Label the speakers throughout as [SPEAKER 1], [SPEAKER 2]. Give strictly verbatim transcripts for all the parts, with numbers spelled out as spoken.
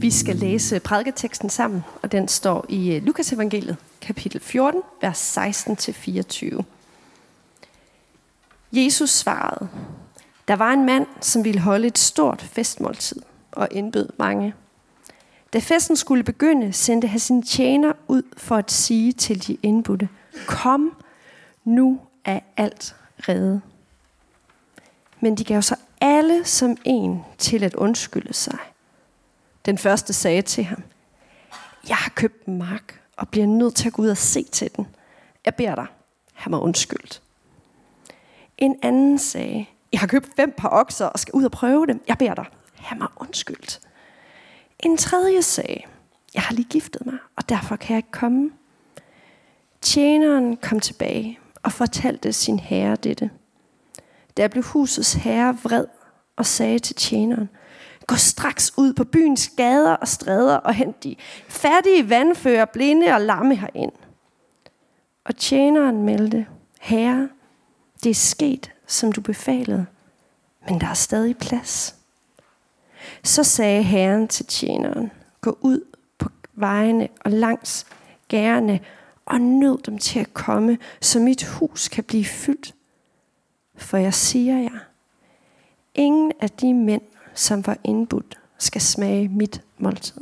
[SPEAKER 1] Vi skal læse prædiketeksten sammen, og den står i Lukas evangeliet, kapitel fjorten, vers seksten til fireogtyve. Jesus svarede: Der var en mand, som ville holde et stort festmåltid og indbød mange. Da festen skulle begynde, sendte han sin tjener ud for at sige til de indbudte: Kom, nu er alt rede. Men de gav sig alle som en til at undskylde sig. Den første sagde til ham: Jeg har købt en mark og bliver nødt til at gå ud og se til den. Jeg beder dig, have mig undskyldt. En anden sagde: Jeg har købt fem par okser og skal ud og prøve dem. Jeg beder dig, have mig undskyldt. En tredje sagde: Jeg har lige giftet mig, og derfor kan jeg ikke komme. Tjeneren kom tilbage og fortalte sin herre dette. Der blev husets herre vred og sagde til tjeneren: Gå straks ud på byens gader og stræder og hent de fattige, vandfører, blinde og lamme herind. Og tjeneren meldte: Herre, det er sket, som du befalede, men der er stadig plads. Så sagde herren til tjeneren: Gå ud på vejene og langs gærene og nød dem til at komme, så mit hus kan blive fyldt. For jeg siger jer, ingen af de mænd, som var indbudt, skal smage mit måltid.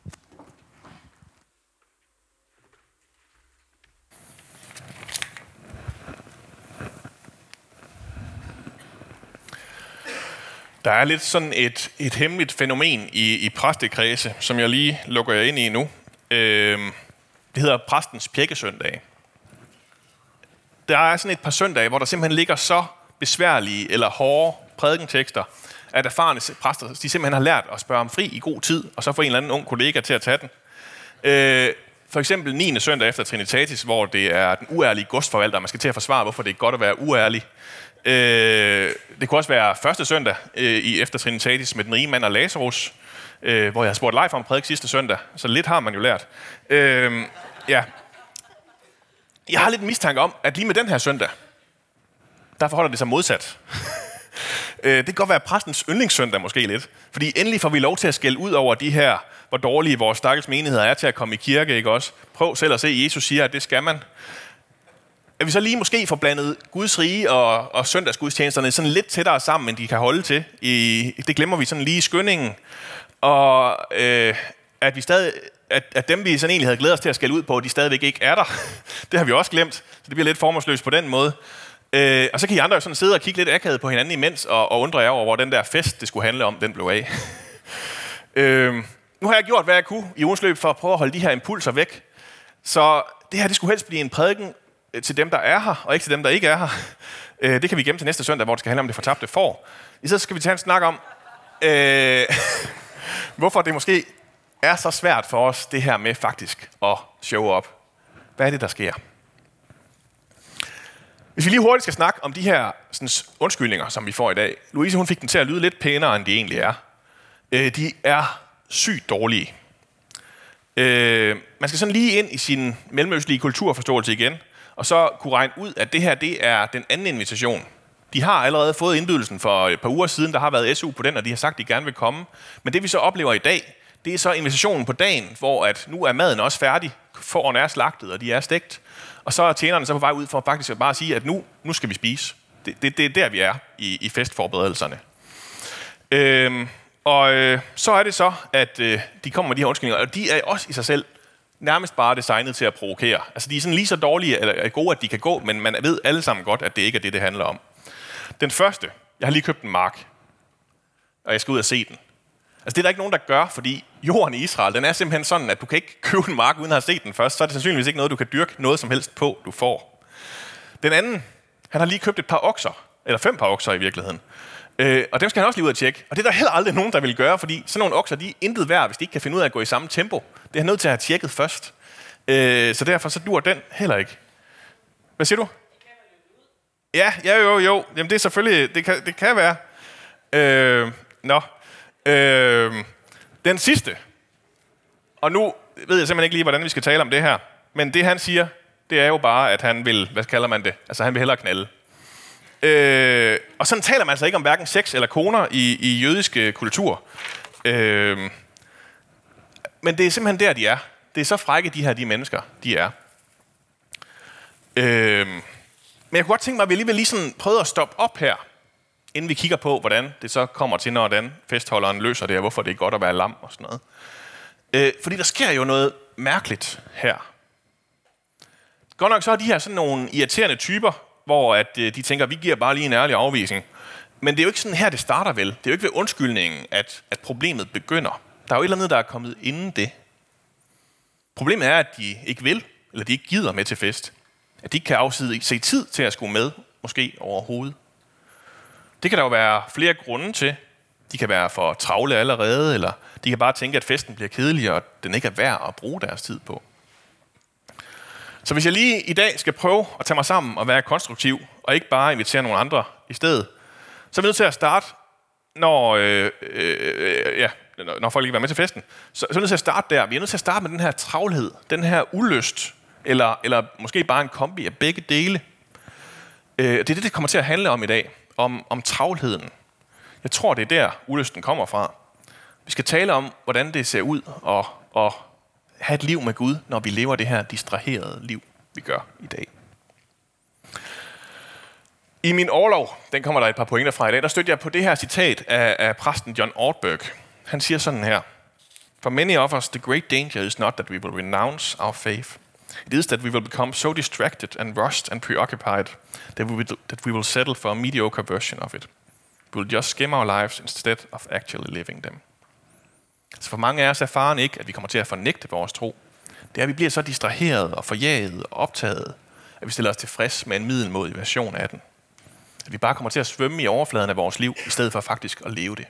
[SPEAKER 2] Der er lidt sådan et, et hemmeligt fænomen i, i præstekredse, som jeg lige lukker jer ind i nu. Øh, det hedder præstens pjekkesøndag. Der er sådan et par søndage, hvor der simpelthen ligger så besværlige eller hårde prædikentekster, at erfarne præster, de simpelthen har lært at spørge om fri i god tid, og så få en eller anden ung kollega til at tage den. Øh, for eksempel niende søndag efter Trinitatis, hvor det er den uærlige godsforvalter, man skal til at forsvare, hvorfor det er godt at være uærlig. Øh, det kunne også være første søndag øh, i efter Trinitatis med den rige mand og Lazarus, øh, hvor jeg har spurgt live om prædik sidste søndag, så lidt har man jo lært. Øh, ja. Jeg har lidt mistanke om, at lige med den her søndag, der forholder det sig modsat. Det kan godt være præstens yndlingssøndag måske lidt. Fordi endelig får vi lov til at skælde ud over de her, hvor dårlige vores stakkels menigheder er til at komme i kirke, ikke også? Prøv selv at se, Jesus siger, at det skal man. At vi så lige måske får blandet Guds rige og, og søndagsgudstjenesterne sådan lidt tættere sammen, end de kan holde til. I, det glemmer vi sådan lige i skyndingen. Og øh, at vi stadig... At, at dem, vi sådan egentlig havde glædet os til at skælde ud på, de stadigvæk ikke er der. Det har vi også glemt, så det bliver lidt formålsløst på den måde. Øh, og så kan I andre jo sådan sidde og kigge lidt akavet på hinanden imens, og, og undre jer over, hvor den der fest, det skulle handle om, den blev af. øh, nu har jeg gjort, hvad jeg kunne i ugens løb for at prøve at holde de her impulser væk. Så det her, det skulle helst blive en prædiken til dem, der er her, og ikke til dem, der ikke er her. Øh, det kan vi gemme til næste søndag, hvor det skal handle om det fortabte får. I så skal vi tage en snak om, øh, hvorfor det måske er så svært for os, det her med faktisk at show up. Hvad er det, der sker? Hvis vi lige hurtigt skal snakke om de her sådan, undskyldninger, som vi får i dag. Louise, hun fik den til at lyde lidt pænere, end de egentlig er. Øh, de er sygt dårlige. Øh, man skal sådan lige ind i sin mellemøstlige kulturforståelse igen, og så kunne regne ud, at det her, det er den anden invitation. De har allerede fået indbydelsen for et par uger siden, der har været S U på den, og de har sagt, at de gerne vil komme. Men det vi så oplever i dag, det er så invitationen på dagen, hvor at nu er maden også færdig, fårene er slagtet, og de er stegt. Og så er tjenerne så på vej ud for faktisk at bare sige, at nu, nu skal vi spise. Det, det, det er der, vi er i, i festforberedelserne. Øhm, og øh, så er det så, at øh, de kommer med de her undskyldninger, og de er også i sig selv nærmest bare designet til at provokere. Altså de er sådan lige så dårlige eller gode, at de kan gå, men man ved alle sammen godt, at det ikke er det, det handler om. Den første, jeg har lige købt en mark, og jeg skal ud og se den. Altså det er der ikke nogen, der gør, fordi jorden i Israel, den er simpelthen sådan, at du kan ikke købe en mark uden at have set den først. Så er det sandsynligvis ikke noget, du kan dyrke noget som helst på, du får. Den anden, han har lige købt et par okser, eller fem par okser i virkeligheden. Øh, og dem skal han også lige ud og tjekke. Og det er der heller aldrig nogen, der vil gøre, fordi sådan nogle okser, de er intet værd, hvis de ikke kan finde ud af at gå i samme tempo. Det er han nødt til at have tjekket først. Øh, så derfor så dur den heller ikke. Hvad siger du? Ja, ja jo, jo. Jamen det er selvfølgelig, det kan, det kan være. Øh, nå. Øh, den sidste, og nu ved jeg simpelthen ikke lige, hvordan vi skal tale om det her, men det han siger, det er jo bare, at han vil, hvad kalder man det, altså han vil hellere knalde. Øh, og sådan taler man altså ikke om hverken sex eller koner i, i jødisk kultur. Øh, men det er simpelthen der, de er. Det er så frække, de her de mennesker, de er. Øhm, men jeg kunne godt tænke mig, at vi alligevel lige sådan prøvede at stoppe op her, inden vi kigger på, hvordan det så kommer til, når den festholderen løser det, og hvorfor det er godt at være lam og sådan noget. Øh, fordi der sker jo noget mærkeligt her. Godt nok så er de her sådan nogle irriterende typer, hvor at, øh, de tænker, at vi giver bare lige en ærlig afvisning. Men det er jo ikke sådan her, det starter vel. Det er jo ikke ved undskyldningen, at, at problemet begynder. Der er jo et eller andet, der er kommet inden det. Problemet er, at de ikke vil, eller de ikke gider med til fest. At de ikke kan afside se tid til at skulle med, måske overhovedet. Det kan der jo være flere grunde til. De kan være for travle allerede, eller de kan bare tænke, at festen bliver kedelig, og den ikke er værd at bruge deres tid på. Så hvis jeg lige i dag skal prøve at tage mig sammen og være konstruktiv, og ikke bare invitere nogle andre i stedet, så er vi nødt til at starte, når, øh, øh, ja, når folk ikke vil være med til festen. Så, så er vi nødt til at starte der. Vi er nødt til at starte med den her travlhed, den her ulyst, eller, eller måske bare en kombi af begge dele. Øh, det er det, det kommer til at handle om i dag, om, om travlheden. Jeg tror, det er der, ulysten kommer fra. Vi skal tale om, hvordan det ser ud og, og have et liv med Gud, når vi lever det her distraherede liv, vi gør i dag. I min orlov, den kommer der et par pointer fra i dag, der stødte jeg på det her citat af, af præsten John Ortberg. Han siger sådan her: For many of us, the great danger is not that we will renounce our faith. It is that we will become so distracted and rushed and preoccupied that we will, that we will settle for a mediocre version of it. We will just skim our lives instead of actually living them. Så for mange af os er faren ikke, at vi kommer til at fornægte vores tro. Det er, at vi bliver så distraheret og forjaget og optaget, at vi stiller os tilfreds med en middelmådig version af den. At vi bare kommer til at svømme i overfladen af vores liv, i stedet for faktisk at leve det.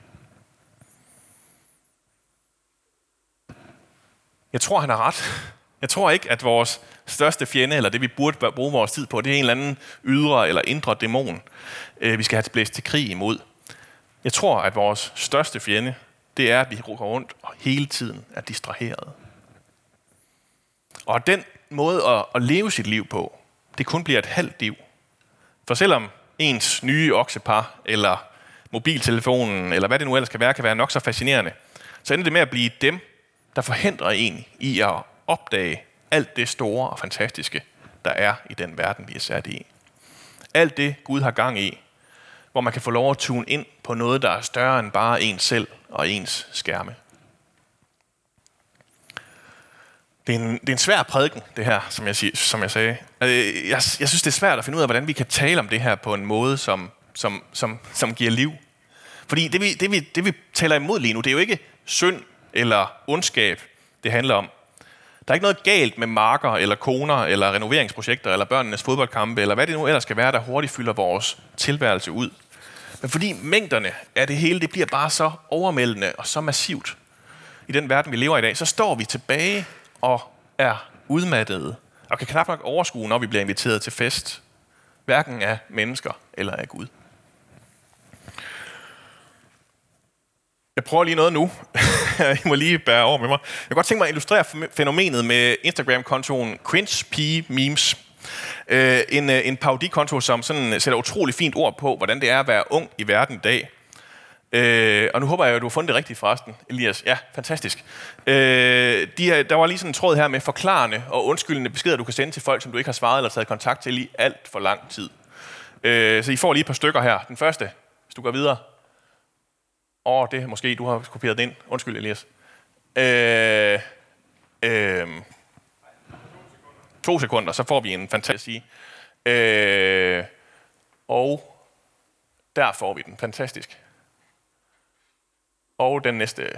[SPEAKER 2] Jeg tror, han har ret. Jeg tror ikke, at vores største fjende, eller det vi burde bruge vores tid på, det er en eller anden ydre eller indre dæmon, vi skal have blæst til krig imod. Jeg tror, at vores største fjende, det er, at vi går rundt og hele tiden er distraheret. Og den måde at, at leve sit liv på, det kun bliver et halvt liv. For selvom ens nye oksepar, eller mobiltelefonen, eller hvad det nu ellers kan være, kan være nok så fascinerende, så ender det med at blive dem, der forhindrer en i at opdage alt det store og fantastiske, der er i den verden, vi er sat i. Alt det, Gud har gang i, hvor man kan få lov at tune ind på noget, der er større end bare ens selv og ens skærme. Det er en, det er en svær prædiken, det her, som jeg, som jeg sagde. Jeg, jeg synes, det er svært at finde ud af, hvordan vi kan tale om det her på en måde, som, som, som, som giver liv. Fordi det vi, det, vi, det, vi taler imod lige nu, det er jo ikke synd eller ondskab, det handler om. Der er ikke noget galt med marker, eller koner, eller renoveringsprojekter, eller børnenes fodboldkampe, eller hvad det nu ellers skal være, der hurtigt fylder vores tilværelse ud. Men fordi mængderne af det hele, det bliver bare så overvældende og så massivt i den verden, vi lever i dag, så står vi tilbage og er udmattede, og kan knap nok overskue, når vi bliver inviteret til fest, hverken af mennesker eller af Gud. Jeg prøver lige noget nu. I må lige bære over med mig. Jeg kan godt tænke mig at illustrere fænomenet med Instagram-kontoen CringePmemes. En, en parodikonto, som sådan sætter utrolig fint ord på, hvordan det er at være ung i verden i dag. Øh, og nu håber jeg, at du har fundet det rigtigt forresten, Elias. Ja, fantastisk. Øh, de, der var lige sådan en tråd her med forklarende og undskyldende beskeder, du kan sende til folk, som du ikke har svaret eller taget kontakt til i alt for lang tid. Øh, så I får lige et par stykker her. Den første, hvis du går videre. Åh, det er måske, du har kopieret den ind. Undskyld, Elias. Øh, øh, to sekunder, så får vi en fantastisk. Øh, og der får vi den. Fantastisk. Og den næste.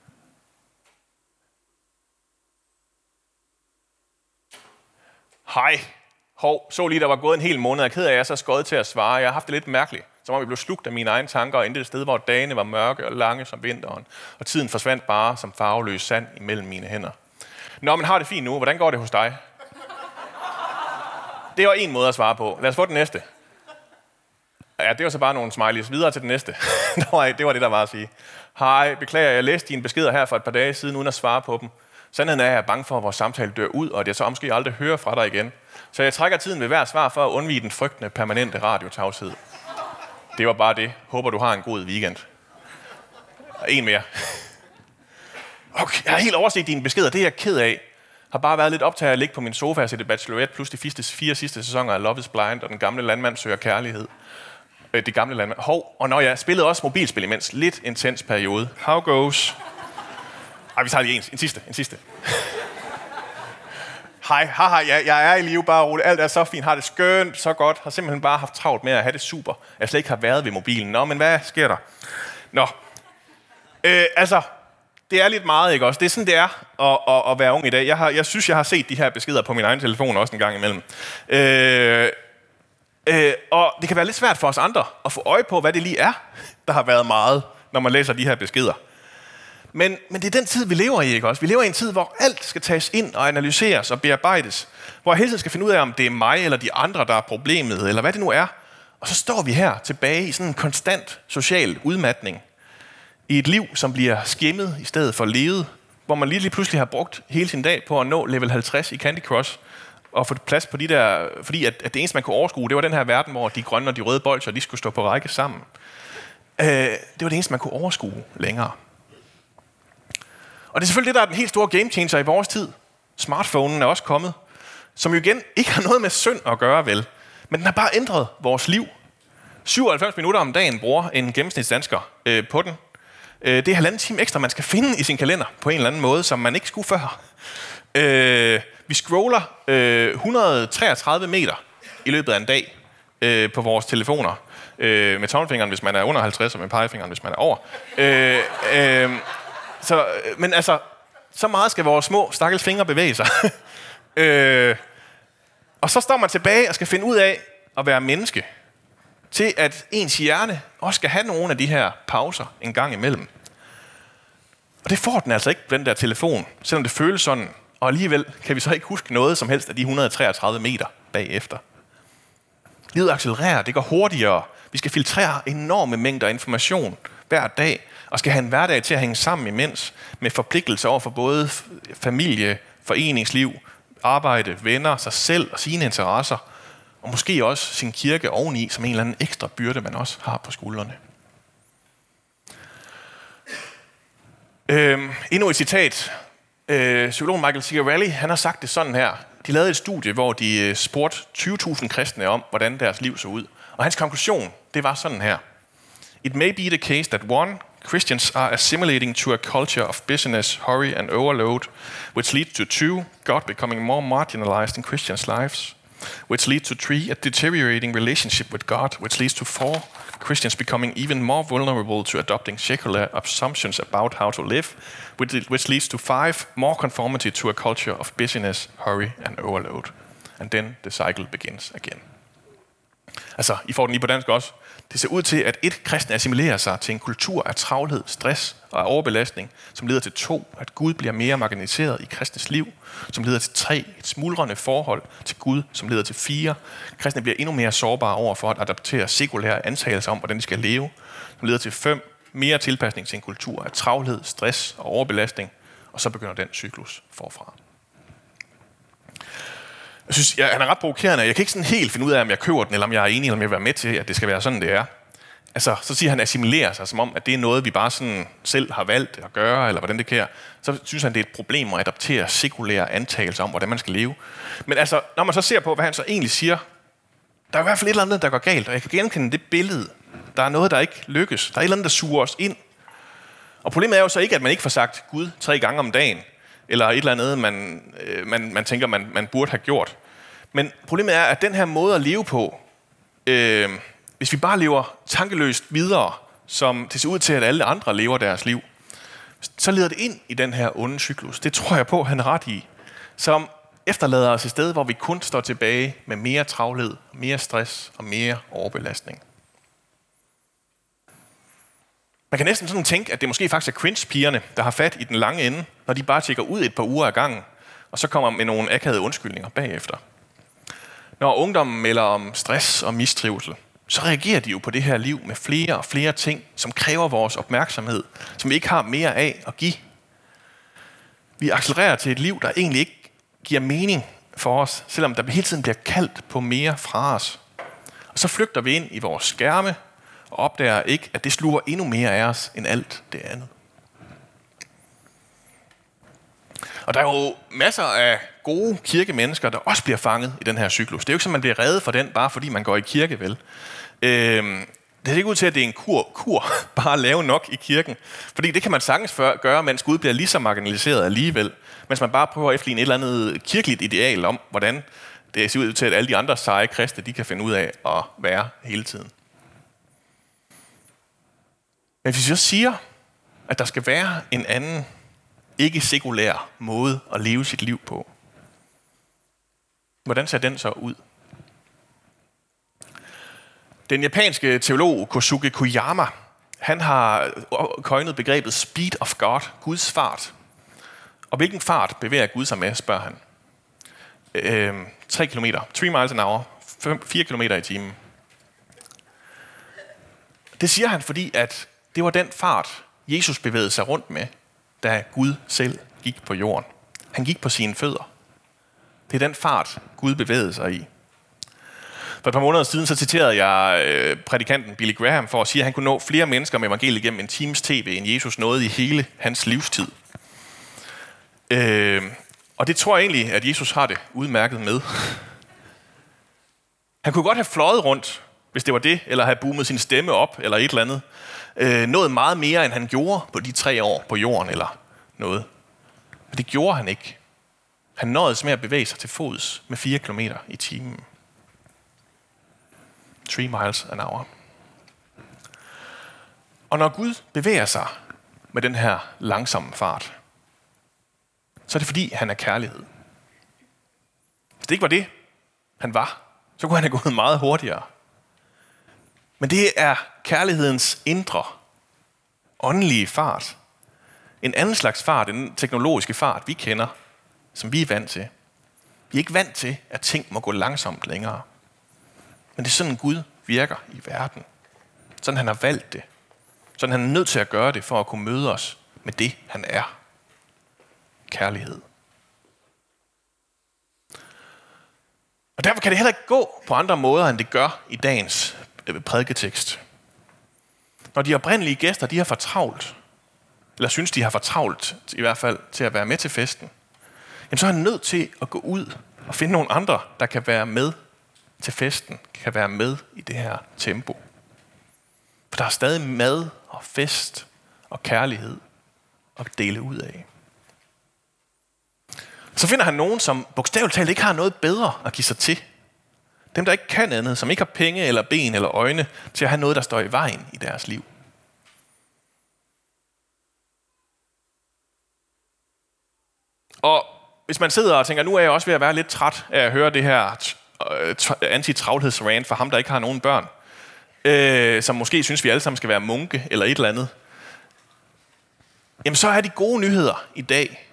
[SPEAKER 2] Hej. Hov, så lige, der var gået en hel måned. Jeg er ked af, at jeg er så skåret til at svare. Jeg har haft det lidt mærkeligt. Som om jeg blev slugt af mine egne tanker og endte et sted, hvor dagene var mørke og lange som vinteren. Og tiden forsvandt bare som farveløs sand imellem mine hænder. Nå, men har det fint nu. Hvordan går det hos dig? Det var en måde at svare på. Lad os få den næste. Ja, det var så bare nogle smileys. Videre til den næste. det var det, der var at sige. Hej, beklager, jeg læste dine beskeder her for et par dage siden, uden at svare på dem. Sandheden er, at jeg er bange for, at vores samtale dør ud, og at jeg så måske aldrig hører fra dig igen. Så jeg trækker tiden ved hver svar for at undvige den frygtende, permanente radiotavshed. Det var bare det. Håber, du har en god weekend. En mere. okay, jeg har helt overset dine beskeder, det er jeg ked af. Har bare været lidt optaget at ligge på min sofa og se The Bachelorette, plus de fire, fire sidste sæsoner af Love is Blind, og Den gamle landmand søger kærlighed. Øh, det gamle landmand. Hov, og når jeg spillede også mobilspil imens, lidt intens periode. How goes? Ej, vi tager lige en, en sidste, en sidste. Hej, haha, jeg, jeg er i live, bare roligt. Alt er så fint, har det skønt, så godt. Har simpelthen bare haft travlt med at have det super. Jeg slet ikke har været ved mobilen. Nå, men hvad sker der? Nå, øh, altså, det er lidt meget, ikke også? Det er sådan, det er at, at, at være ung i dag. Jeg, har, jeg synes, jeg har set de her beskeder på min egen telefon også en gang imellem. Øh, øh, og det kan være lidt svært for os andre at få øje på, hvad det lige er, der har været meget, når man læser de her beskeder. Men, men det er den tid, vi lever i, ikke også? Vi lever i en tid, hvor alt skal tages ind og analyseres og bearbejdes. Hvor jeg hele tiden skal finde ud af, om det er mig eller de andre, der er problemet, eller hvad det nu er. Og så står vi her tilbage i sådan en konstant social udmatning. I et liv, som bliver skimmet i stedet for levet. Hvor man lige, lige pludselig har brugt hele sin dag på at nå level halvtreds i Candy Crush. Og få plads på de der... Fordi at, at det eneste, man kunne overskue, det var den her verden, hvor de grønne og de røde bolcher, de skulle stå på række sammen. Øh, det var det eneste, man kunne overskue længere. Og det er selvfølgelig det, der er den helt store game changer i vores tid. Smartphonen er også kommet, som jo igen ikke har noget med synd at gøre, vel. Men den har bare ændret vores liv. syvoghalvfems minutter om dagen bruger en gennemsnitsdansker øh, på den. Øh, det er halvanden time ekstra, man skal finde i sin kalender på en eller anden måde, som man ikke skulle før. Øh, vi scroller øh, et hundrede og treogtredive meter i løbet af en dag øh, på vores telefoner. Øh, med tommelfingeren, hvis man er under halvtreds, og med pegefingeren, hvis man er over. Øh, øh, Så, men altså, så meget skal vores små, stakkels fingre bevæge sig. øh, og så står man tilbage og skal finde ud af at være menneske. Til at ens hjerne også skal have nogle af de her pauser en gang imellem. Og det får den altså ikke på den der telefon, selvom det føles sådan. Og alligevel kan vi så ikke huske noget som helst af de et hundrede og treogtredive meter bagefter. Livet accelererer, det går hurtigere. Vi skal filtrere enorme mængder information hver dag, og skal have en hverdag til at hænge sammen imens, med forpligtelser over for både familie, foreningsliv, arbejde, venner, sig selv og sine interesser, og måske også sin kirke oveni, som en eller anden ekstra byrde, man også har på skuldrene. Øhm, endnu et citat. Øh, psykologen Michael Cigarelli, han har sagt det sådan her. De lavede et studie, hvor de spurgte tyve tusind kristne om, hvordan deres liv så ud. Og hans konklusion, det var sådan her. It may be the case that one, Christians are assimilating to a culture of business, hurry and overload, which leads to two, God becoming more marginalized in Christians' lives, which leads to three, a deteriorating relationship with God, which leads to four, Christians becoming even more vulnerable to adopting secular assumptions about how to live, which leads to five, more conformity to a culture of busyness, hurry and overload. And then the cycle begins again. Altså, I får den lige på dansk også. Det ser ud til, at et, kristne assimilerer sig til en kultur af travlhed, stress og overbelastning, som leder til to, at Gud bliver mere marginaliseret i kristnes liv, som leder til tre, et smuldrende forhold til Gud, som leder til fire, kristne bliver endnu mere sårbare over for at adaptere sekulære antagelser om, hvordan de skal leve, som leder til fem, mere tilpasning til en kultur af travlhed, stress og overbelastning, og så begynder den cyklus forfra. Jeg synes, jeg, han er ret provokerende. Jeg kan ikke sådan helt finde ud af, om jeg køber den, eller om jeg er enig, eller om jeg vil være med til, at det skal være sådan, det er. Altså, så siger han, assimilerer sig, som om, at det er noget, vi bare sådan selv har valgt at gøre, eller hvordan det kan. Så synes han, det er et problem at adaptere sekulære antagelser om, hvordan man skal leve. Men altså, når man så ser på, hvad han så egentlig siger, der er i hvert fald et eller andet, der går galt, og jeg kan genkende det billede. Der er noget, der ikke lykkes. Der er et eller andet, der suger os ind. Og problemet er jo så ikke, at man ikke får sagt Gud tre gange om dagen, eller et eller andet, man, man, man tænker, man, man burde have gjort. Men problemet er, at den her måde at leve på, øh, hvis vi bare lever tankeløst videre, som det ser ud til, at alle andre lever deres liv, så leder det ind i den her onde cyklus. Det tror jeg på, han er ret i. Som efterlader os et sted, hvor vi kun står tilbage med mere travlhed, mere stress og mere overbelastning. Man kan næsten sådan tænke, at det måske faktisk er cringe-pigerne, der har fat i den lange ende, når de bare tjekker ud et par uger ad gangen, og så kommer med nogle akavede undskyldninger bagefter. Når ungdommen melder om stress og mistrivsel, så reagerer de jo på det her liv med flere og flere ting, som kræver vores opmærksomhed, som vi ikke har mere af at give. Vi accelererer til et liv, der egentlig ikke giver mening for os, selvom der hele tiden bliver kaldt på mere fra os. Og så flygter vi ind i vores skærme, og opdager ikke, at det sluger endnu mere af os end alt det andet. Og der er jo masser af gode kirkemennesker, der også bliver fanget i den her cyklus. Det er jo ikke sådan, man bliver reddet for den, bare fordi man går i kirke, vel? Øhm, det er ikke ud til, at det er en kur, kur bare at lave nok i kirken. Fordi det kan man sagtens for, gøre, mens Gud bliver lige så marginaliseret alligevel. Mens man bare prøver at efterligne et eller andet kirkeligt ideal om, hvordan det ser ud til, at alle de andre seje kristne, de kan finde ud af at være hele tiden. Men hvis jeg siger, at der skal være en anden, ikke sekulær måde at leve sit liv på, hvordan ser den så ud? Den japanske teolog Kosuke Koyama, han har coinet begrebet speed of God, Guds fart. Og hvilken fart bevæger Gud sig med, spørger han. Øhm, tre kilometer, tre miles an hour, fire kilometer i timen. Det siger han, fordi at det var den fart, Jesus bevægede sig rundt med, da Gud selv gik på jorden. Han gik på sine fødder. Det er den fart, Gud bevægede sig i. For et par måneder siden så citerede jeg øh, prædikanten Billy Graham for at sige, at han kunne nå flere mennesker med evangeliet gennem en times tv, end Jesus nåede i hele hans livstid. Øh, og det tror jeg egentlig, at Jesus har det udmærket med. Han kunne godt have fløjet rundt, hvis det var det, eller have boomet sin stemme op, eller et eller andet. Øh, noget meget mere, end han gjorde på de tre år på jorden, eller noget. Men det gjorde han ikke. Han nåede med at bevæge sig til fods med fire kilometer i timen. Three miles an hour. Og når Gud bevæger sig med den her langsomme fart, så er det fordi, han er kærlighed. Hvis det ikke var det, han var, så kunne han have gået meget hurtigere. Men det er kærlighedens indre, åndelige fart. En anden slags fart, en teknologiske fart, vi kender, som vi er vant til. Vi er ikke vant til, at ting må gå langsomt længere. Men det er sådan, Gud virker i verden. Sådan han har valgt det. Sådan han er nødt til at gøre det, for at kunne møde os med det, han er. Kærlighed. Og derfor kan det heller ikke gå på andre måder, end det gør i dagens prædiketekst. Når de oprindelige gæster, de har for travlt, eller synes, de har for travlt, i hvert fald til at være med til festen, jamen så er han nødt til at gå ud og finde nogle andre, der kan være med til festen, kan være med i det her tempo. For der er stadig mad og fest og kærlighed at dele ud af. Så finder han nogen, som bogstaveligt talt ikke har noget bedre at give sig til. Dem, der ikke kan andet, som ikke har penge eller ben eller øjne til at have noget, der står i vejen i deres liv. Og hvis man sidder og tænker, nu er jeg også ved at være lidt træt af at høre det her anti-travlhedsrant for ham, der ikke har nogen børn, øh, som måske synes, vi alle sammen skal være munke eller et eller andet, jamen så er de gode nyheder i dag,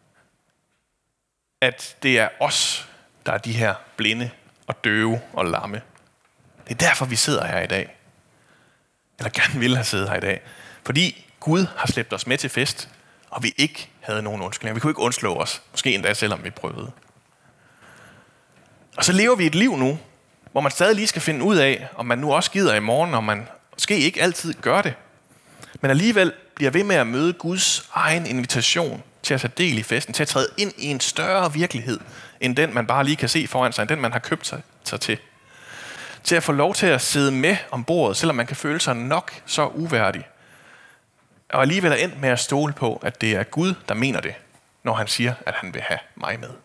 [SPEAKER 2] at det er os, der er de her blinde og døve og lamme. Det er derfor, vi sidder her i dag. Eller gerne ville have siddet her i dag. Fordi Gud har slæbt os med til fest, og vi ikke havde nogen undskyldning. Vi kunne ikke undslå os, måske endda selvom vi prøvede. Og så lever vi et liv nu, hvor man stadig lige skal finde ud af, om man nu også gider i morgen, og man måske ikke altid gør det. Men alligevel bliver ved med at møde Guds egen invitation til at tage del i festen, til at træde ind i en større virkelighed, end den, man bare lige kan se foran sig, end den, man har købt sig, sig til. Til at få lov til at sidde med om bordet, selvom man kan føle sig nok så uværdig. Og alligevel er endt med at stole på, at det er Gud, der mener det, når han siger, at han vil have mig med.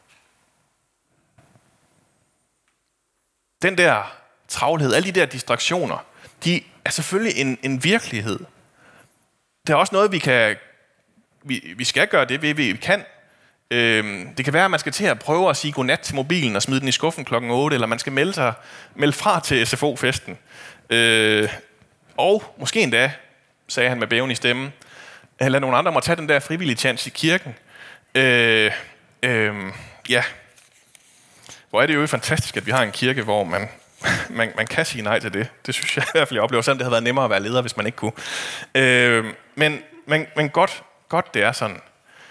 [SPEAKER 2] Den der travlhed, alle de der distraktioner, de er selvfølgelig en, en virkelighed. Der er også noget, vi kan, vi, vi skal gøre det, vi, vi kan. Øhm, det kan være, at man skal til at prøve at sige godnat til mobilen og smide den i skuffen klokken otte, eller man skal melde, sig, melde fra til S F O-festen. Øh, og måske endda, sagde han med bæven i stemmen, eller nogle andre må tage den der frivillige chance i kirken. Øh, øh, ja, hvor er det jo fantastisk, at vi har en kirke, hvor man, man, man kan sige nej til det. Det synes jeg i hvert fald, jeg oplever, selvom det havde været nemmere at være leder, hvis man ikke kunne. Øh, men men, men godt, godt, det er sådan.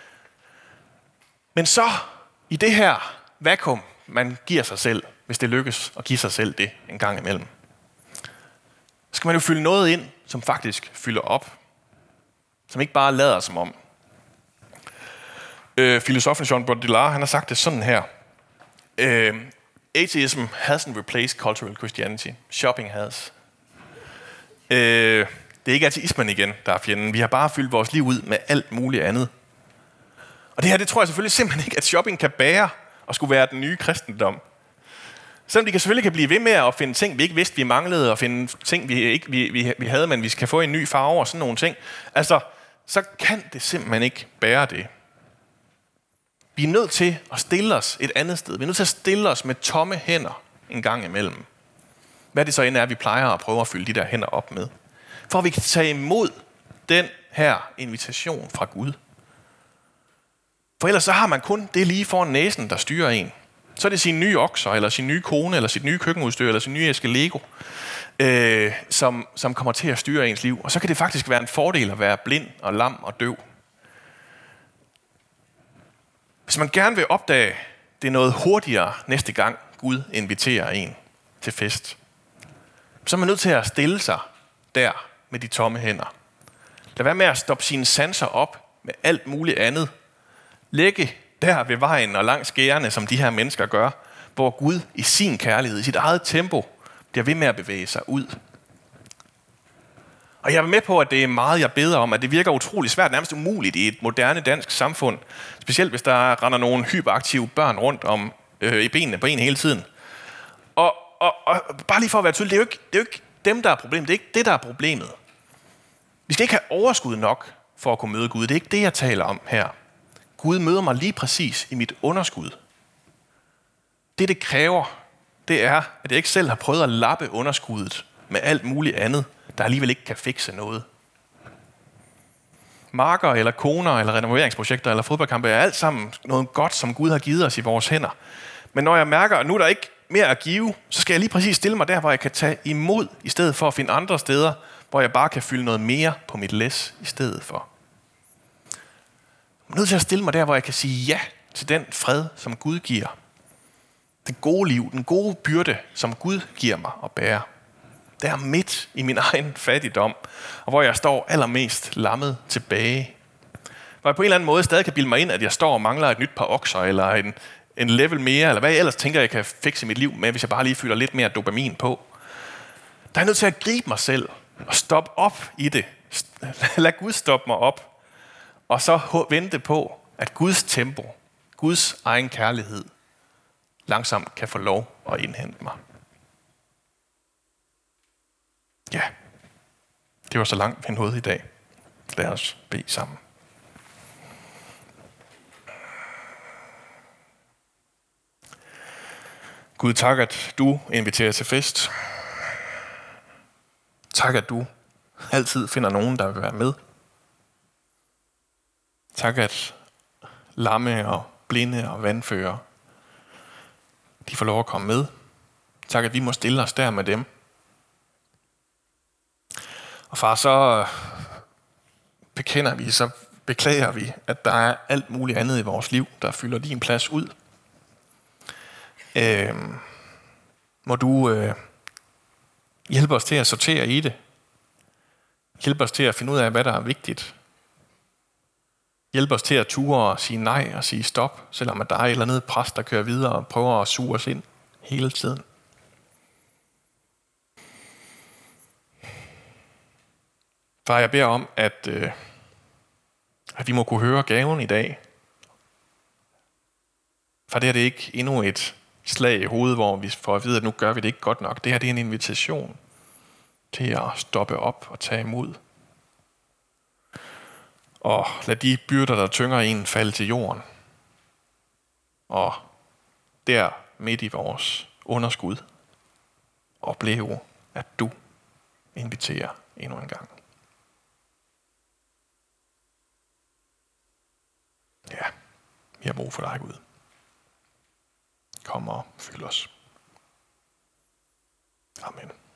[SPEAKER 2] Men så, i det her vakuum, man giver sig selv, hvis det lykkes at give sig selv det en gang imellem, så skal man jo fylde noget ind, som faktisk fylder op. Som ikke bare lader som om. øh, filosofen Jean Baudrillard, han har sagt det sådan her. Øh, Atheism hasn't replaced cultural Christianity. Shopping has. Øh, det er ikke ateismen igen, der er fjenden. Vi har bare fyldt vores liv ud med alt muligt andet. Og det her, det tror jeg selvfølgelig simpelthen ikke, at shopping kan bære og skulle være den nye kristendom. Selvom de kan selvfølgelig kan blive ved med at finde ting, vi ikke vidste, vi manglede, og finde ting, vi ikke vi, vi, vi havde, men vi skal få en ny farve og sådan nogle ting. Altså, så kan det simpelthen ikke bære det. Vi er nødt til at stille os et andet sted. Vi er nødt til at stille os med tomme hænder en gang imellem. Hvad det så end er, vi plejer at prøve at fylde de der hænder op med. For at vi kan tage imod den her invitation fra Gud. For ellers så har man kun det lige foran næsen, der styrer en. Så er det sine nye okser, eller sin nye kone, eller sit nye køkkenudstyr, eller sin nye æske Lego, øh, som, som kommer til at styre ens liv. Og så kan det faktisk være en fordel at være blind og lam og døv. Hvis man gerne vil opdage, det er noget hurtigere næste gang Gud inviterer en til fest, så er man nødt til at stille sig der med de tomme hænder. Lad være med at stoppe sine sanser op med alt muligt andet. Lægge der ved vejen og langs gærene, som de her mennesker gør, hvor Gud i sin kærlighed, i sit eget tempo, bliver ved med at bevæge sig ud. Og jeg er med på, at det er meget, jeg beder om, at det virker utrolig svært, nærmest umuligt i et moderne dansk samfund. Specielt hvis der render nogle hyperaktive børn rundt om øh, i benene på en hele tiden. Og, og, og bare lige for at være tydelig, det er jo ikke, det er jo ikke dem, der er problemet. Det er ikke det, der er problemet. Vi skal ikke have overskud nok for at kunne møde Gud. Det er ikke det, jeg taler om her. Gud møder mig lige præcis i mit underskud. Det, det kræver, det er, at jeg ikke selv har prøvet at lappe underskuddet med alt muligt andet, der alligevel ikke kan fikse noget. Marker eller koner eller renoveringsprojekter eller fodboldkampe er alt sammen noget godt, som Gud har givet os i vores hænder. Men når jeg mærker, at nu er der ikke mere at give, så skal jeg lige præcis stille mig der, hvor jeg kan tage imod, i stedet for at finde andre steder, hvor jeg bare kan fylde noget mere på mit læs i stedet for. Jeg er nødt til at stille mig der, hvor jeg kan sige ja til den fred, som Gud giver. Det gode liv, den gode byrde, som Gud giver mig at bære. Der midt i min egen fattigdom, og hvor jeg står allermest lammet tilbage. Hvor jeg på en eller anden måde stadig kan bilde mig ind, at jeg står og mangler et nyt par okser, eller en, en level mere, eller hvad jeg ellers tænker, jeg kan fikse mit liv med, hvis jeg bare lige fylder lidt mere dopamin på. Der er jeg nødt til at gribe mig selv, og stoppe op i det. Lad Gud stoppe mig op. Og så vente på, at Guds tempo, Guds egen kærlighed, langsomt kan få lov at indhente mig. Ja, det var så langt vi nåede i dag. Lad os bede sammen. Gud, tak, at du inviterer til fest. Tak, at du altid finder nogen, der vil være med. Tak, at lamme og blinde og vandfører, de får lov at komme med. Tak, at vi må stille os der med dem. Og far, så bekender vi, så beklager vi, at der er alt muligt andet i vores liv, der fylder din plads ud. Øh, må du øh, hjælpe os til at sortere i det. Hjælpe os til at finde ud af, hvad der er vigtigt. Hjælp os til at ture og sige nej og sige stop, selvom at der er et eller andet pres, der kører videre og prøver at suge os ind hele tiden. Far, jeg beder om, at, øh, at vi må kunne høre gaven i dag. For det er det ikke endnu et slag i hovedet, hvor vi får at vide, at nu gør vi det ikke godt nok. Det her det er en invitation til at stoppe op og tage imod. Og lad de byrder, der tynger en, falde til jorden. Og der midt i vores underskud opleve, at du inviterer endnu en gang. Ja, vi har brug for dig, Gud. Kom og fyld os. Amen.